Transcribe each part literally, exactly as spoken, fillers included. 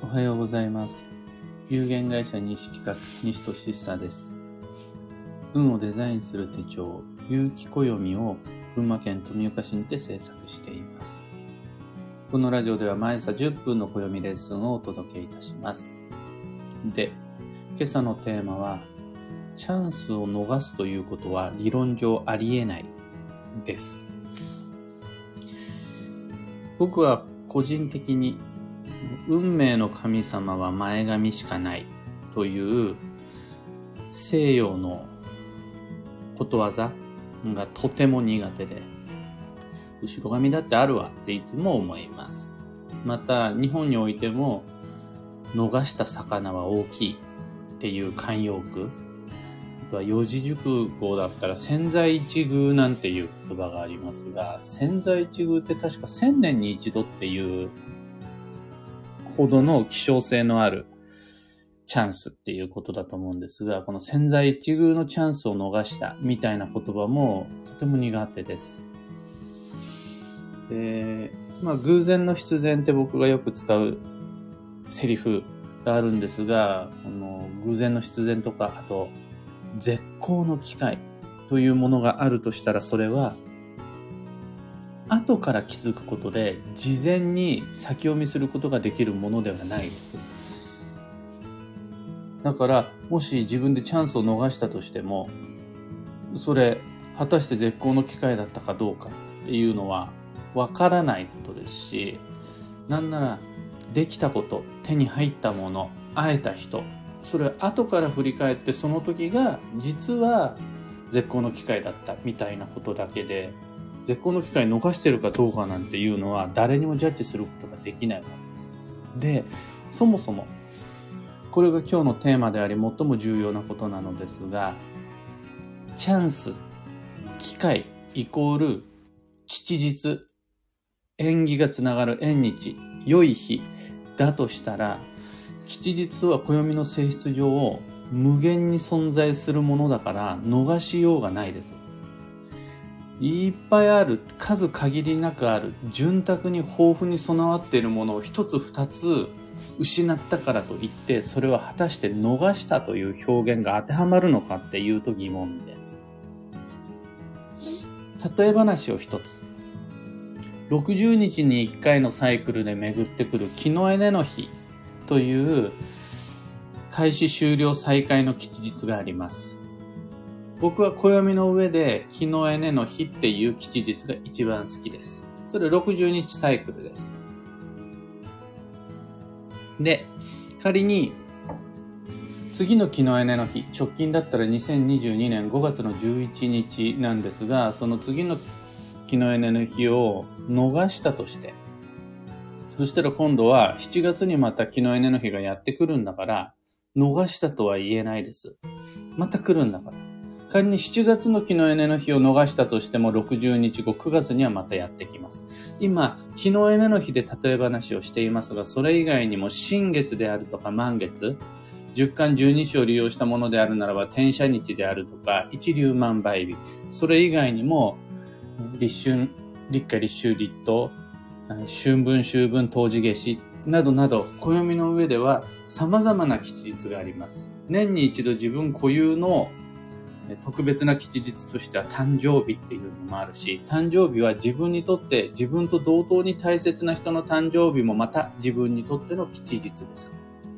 おはようございます。有限会社西企画西俊久です。運をデザインする手帳有機暦を群馬県富岡市にて制作しています。このラジオでは毎朝じゅっぷんの暦レッスンをお届けいたします。で、今朝のテーマはチャンスを逃すということは理論上ありえないです。僕は個人的に運命の神様は前髪しかないという西洋のことわざがとても苦手で、後ろ髪だってあるわっていつも思います。また日本においても逃した魚は大きいっていう慣用句、あとは四字熟語だったら千載一遇なんていう言葉がありますが、千載一遇って確か千年に一度っていうほどの希少性のあるチャンスっていうことだと思うんですが、この千載一遇のチャンスを逃したみたいな言葉もとても苦手です。で、まあ偶然の必然って僕がよく使うセリフがあるんですが、この偶然の必然とか、あと絶好の機会というものがあるとしたら、それは後から気づくことで事前に先読みすることができるものではないです。だからもし自分でチャンスを逃したとしても、それ果たして絶好の機会だったかどうかっていうのはわからないことですし、なんならできたこと、手に入ったもの、会えた人、それ後から振り返ってその時が実は絶好の機会だったみたいなことだけで、絶好の機会逃してるかどうかなんていうのは誰にもジャッジすることができないものです。で、そもそもこれが今日のテーマであり最も重要なことなのですが、チャンス、機会イコール吉日、縁起がつながる縁日、良い日だとしたら、吉日は暦の性質上無限に存在するものだから逃しようがないです。いっぱいある、数限りなくある、潤沢に豊富に備わっているものを一つ二つ失ったからといって、それは果たして逃したという表現が当てはまるのかっていうと疑問です。例え話を一つ。ろくじゅうにちにいっかいのサイクルで巡ってくる木のエネの日という開始終了再開の吉日があります。僕は暦の上で木のエネの日っていう吉日が一番好きです。それろくじゅうにちサイクルです。で、仮に次の木のエネの日、直近だったらにせんにじゅうにねんごがつのじゅういちにちなんですが、その次の木のエネの日を逃したとして、そしたら今度はしちがつにまた木のエネの日がやってくるんだから、逃したとは言えないです。また来るんだから。仮にしちがつの木のエネの日を逃したとしてもろくじゅうにちごくがつにはまたやってきます。今、木のエネの日で例え話をしていますが、それ以外にも新月であるとか満月、十干十二支を利用したものであるならば転写日であるとか一粒万倍日、それ以外にも立春、立夏、立秋、立冬、春分、秋分、冬至夏至などなど、暦の上では様々な吉日があります。年に一度自分固有の特別な吉日としては誕生日っていうのもあるし、誕生日は自分にとって自分と同等に大切な人の誕生日もまた自分にとっての吉日です。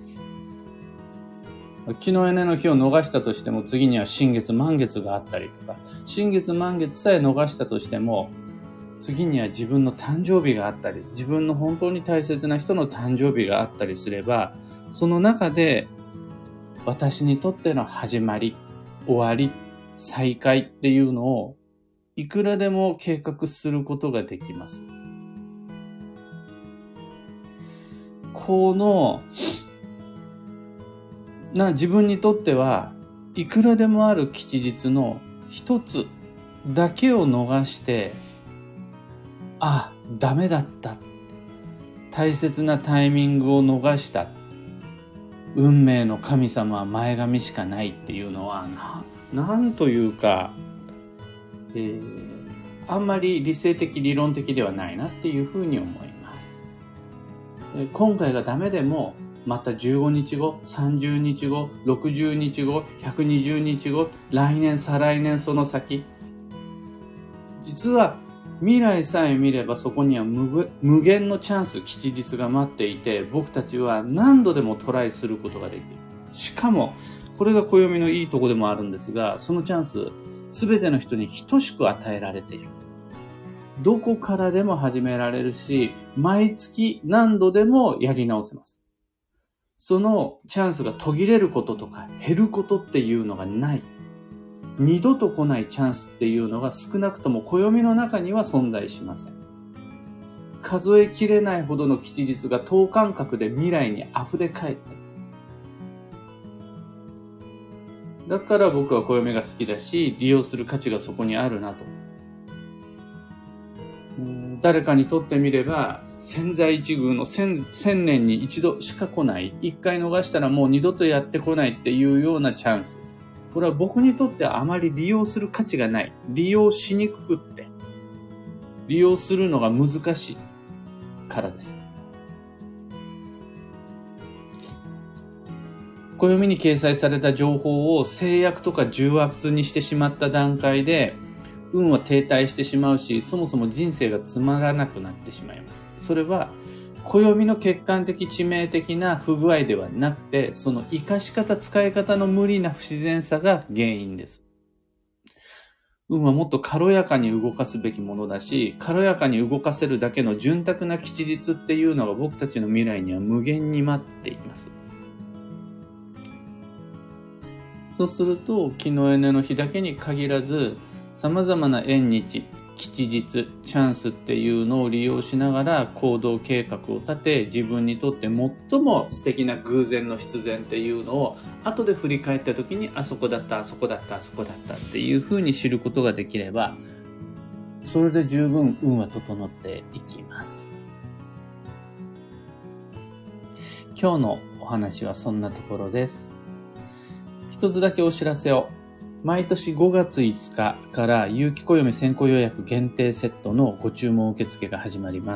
木のエネの日を逃したとしても次には新月満月があったりとか、新月満月さえ逃したとしても次には自分の誕生日があったり、自分の本当に大切な人の誕生日があったりすれば、その中で私にとっての始まり、終わり、再開っていうのをいくらでも計画することができます。このな自分にとってはいくらでもある吉日の一つだけを逃して、あ、ダメだった。大切なタイミングを逃した。運命の神様は前髪しかないっていうのはな、なんというか、えー、あんまり理性的理論的ではないなっていうふうに思います。今回がダメでもまたじゅうごにちご、さんじゅうにちご、ろくじゅうにちご、ひゃくにじゅうにちご、来年、再来年、その先。実は未来さえ見ればそこには無限のチャンス、吉日が待っていて、僕たちは何度でもトライすることができる。しかも、これが暦のいいとこでもあるんですが、そのチャンス、すべての人に等しく与えられている。どこからでも始められるし、毎月何度でもやり直せます。そのチャンスが途切れることとか減ることっていうのがない。二度と来ないチャンスっていうのが少なくとも暦の中には存在しません。数えきれないほどの吉日が等間隔で未来に溢れ返っています。だから僕は暦が好きだし、利用する価値がそこにあるなと。誰かにとってみれば、千載一遇の千、千年に一度しか来ない。一回逃したらもう二度とやってこないっていうようなチャンス。これは僕にとってはあまり利用する価値がない。利用しにくくって。利用するのが難しいからです。暦に掲載された情報を制約とか重圧にしてしまった段階で、運は停滞してしまうし、そもそも人生がつまらなくなってしまいます。それは、暦の客観的致命的な不具合ではなくて、その活かし方、使い方の無理な不自然さが原因です。運はもっと軽やかに動かすべきものだし、軽やかに動かせるだけの潤沢な吉日っていうのが僕たちの未来には無限に待っています。そうすると、気のエネの日だけに限らず、様々な縁日、吉日、チャンスっていうのを利用しながら行動計画を立て、自分にとって最も素敵な偶然の必然っていうのを後で振り返った時に、あそこだった、あそこだった、あそこだったっていうふうに知ることができれば、それで十分運は整っていきます。今日のお話はそんなところです。一つだけお知らせを。毎年ごがついつかから有機暦先行予約限定セットのご注文受付が始まります。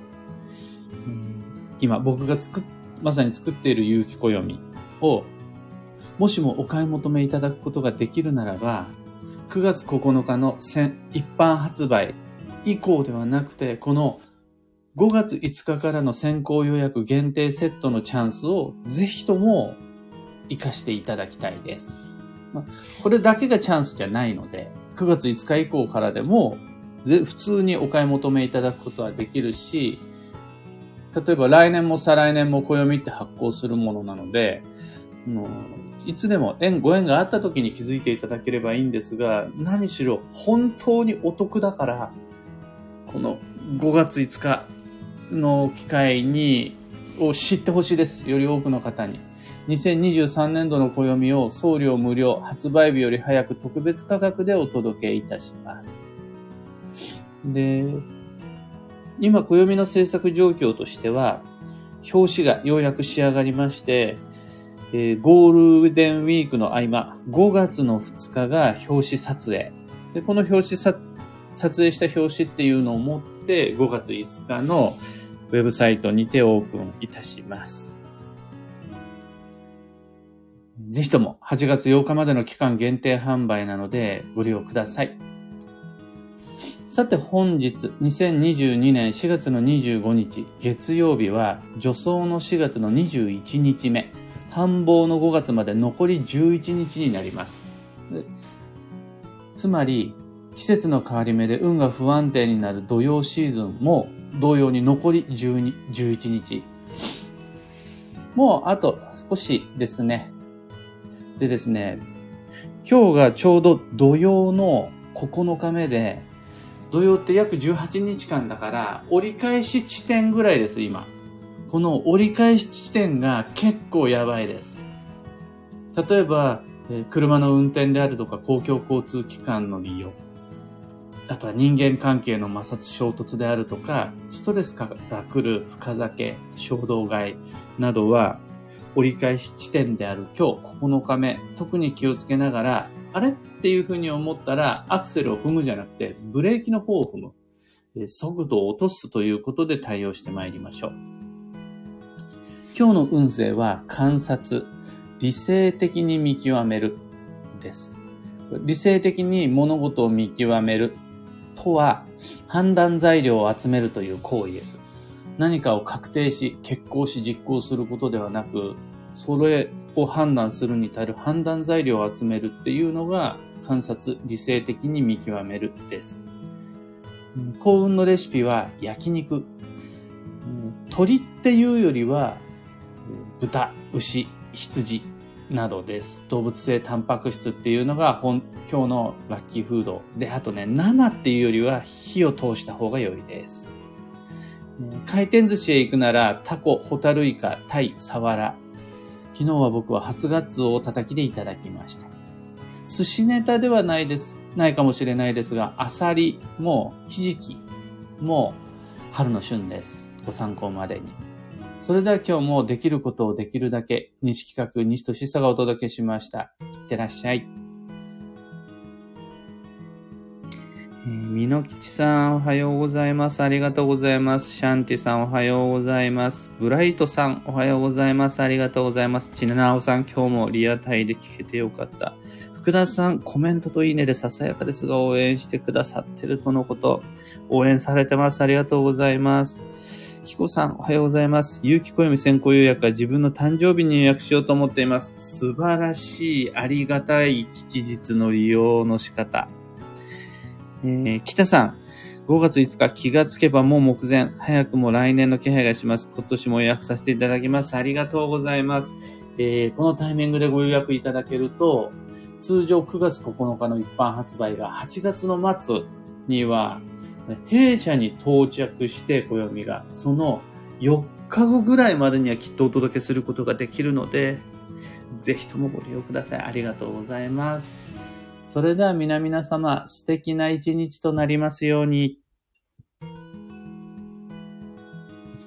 今僕が作っ、まさに作っている有機暦をもしもお買い求めいただくことができるならば、くがつここのかの一般発売以降ではなくて、このごがついつかからの先行予約限定セットのチャンスをぜひとも活かしていただきたいです。まあ、これだけがチャンスじゃないので、くがついつか以降からでも普通にお買い求めいただくことはできるし、例えば来年も再来年も暦って発行するものなので、もういつでも縁ご縁があった時に気づいていただければいいんですが、何しろ本当にお得だから、このごがついつかの機会にを知ってほしいです。より多くの方に。にせんにじゅうさんねんどの暦を送料無料、発売日より早く特別価格でお届けいたします。で、今暦の制作状況としては、表紙がようやく仕上がりまして、えー、ゴールデンウィークの合間、ごがつのふつかが表紙撮影。で、この表紙さ撮影した表紙っていうのを持ってごがついつかのウェブサイトにてオープンいたします。ぜひともはちがつようかまでの期間限定販売なのでご利用ください。さて本日にせんにじゅうにねんしがつのにじゅうごにち月曜日は助走のしがつのにじゅういちにちめ、繁忙のごがつまで残りじゅういちにちになります。つまり季節の変わり目で運が不安定になる土曜シーズンも同様に残りじゅうに、じゅういちにち。もうあと少しですね。でですね、今日がちょうど土曜のここのかめで、土曜って約じゅうはちにちかんだから折り返し地点ぐらいです、今。この折り返し地点が結構やばいです。例えば、車の運転であるとか公共交通機関の利用。あとは人間関係の摩擦衝突であるとか、ストレスから来る深酒、衝動買いなどは、折り返し地点である今日ここのかめ、特に気をつけながら、あれっていうふうに思ったら、アクセルを踏むじゃなくて、ブレーキの方を踏む。速度を落とすということで対応してまいりましょう。今日今日の運勢は観察、理性的に見極めるです。理性的に物事を見極めるとは、判断材料を集めるという行為です。何かを確定し、決行し、実行することではなく、それを判断するに至る判断材料を集めるっていうのが、観察、理性的に見極めるです。幸運のレシピは焼肉。鳥っていうよりは、豚、牛、羊などです。動物性タンパク質っていうのが本今日のラッキーフード。で、あとね、生っていうよりは火を通した方が良いです。回転寿司へ行くなら、タコ、ホタルイカ、タイ、サワラ。昨日は僕は初ガツオを叩きでいただきました。寿司ネタではないです、ないかもしれないですが、アサリもひじきも春の旬です。ご参考までに。それでは今日もできることをできるだけ、西企画、西俊久がお届けしました。いってらっしゃい。えー、みのきちさんおはようございます。ありがとうございます。シャンティさんおはようございます。ブライトさんおはようございます。ありがとうございます。ちななおさん今日もリアタイで聞けてよかった。福田さんコメントといいねでささやかですが応援してくださってるとのこと。応援されてます。ありがとうございます。キコさんおはようございます。有機暦先行予約は自分の誕生日に予約しようと思っています。素晴らしい、ありがたい吉日の利用の仕方。えー、北さん、ごがついつか気がつけばもう目前、早くも来年の気配がします。今年も予約させていただきます。ありがとうございます。えー、このタイミングでご予約いただけると、通常くがつここのかの一般発売がはちがつの末には、弊社に到着して暦が、そのよっかごぐらいまでにはきっとお届けすることができるので、ぜひともご利用ください。ありがとうございます。それでは皆々様、素敵な一日となりますように。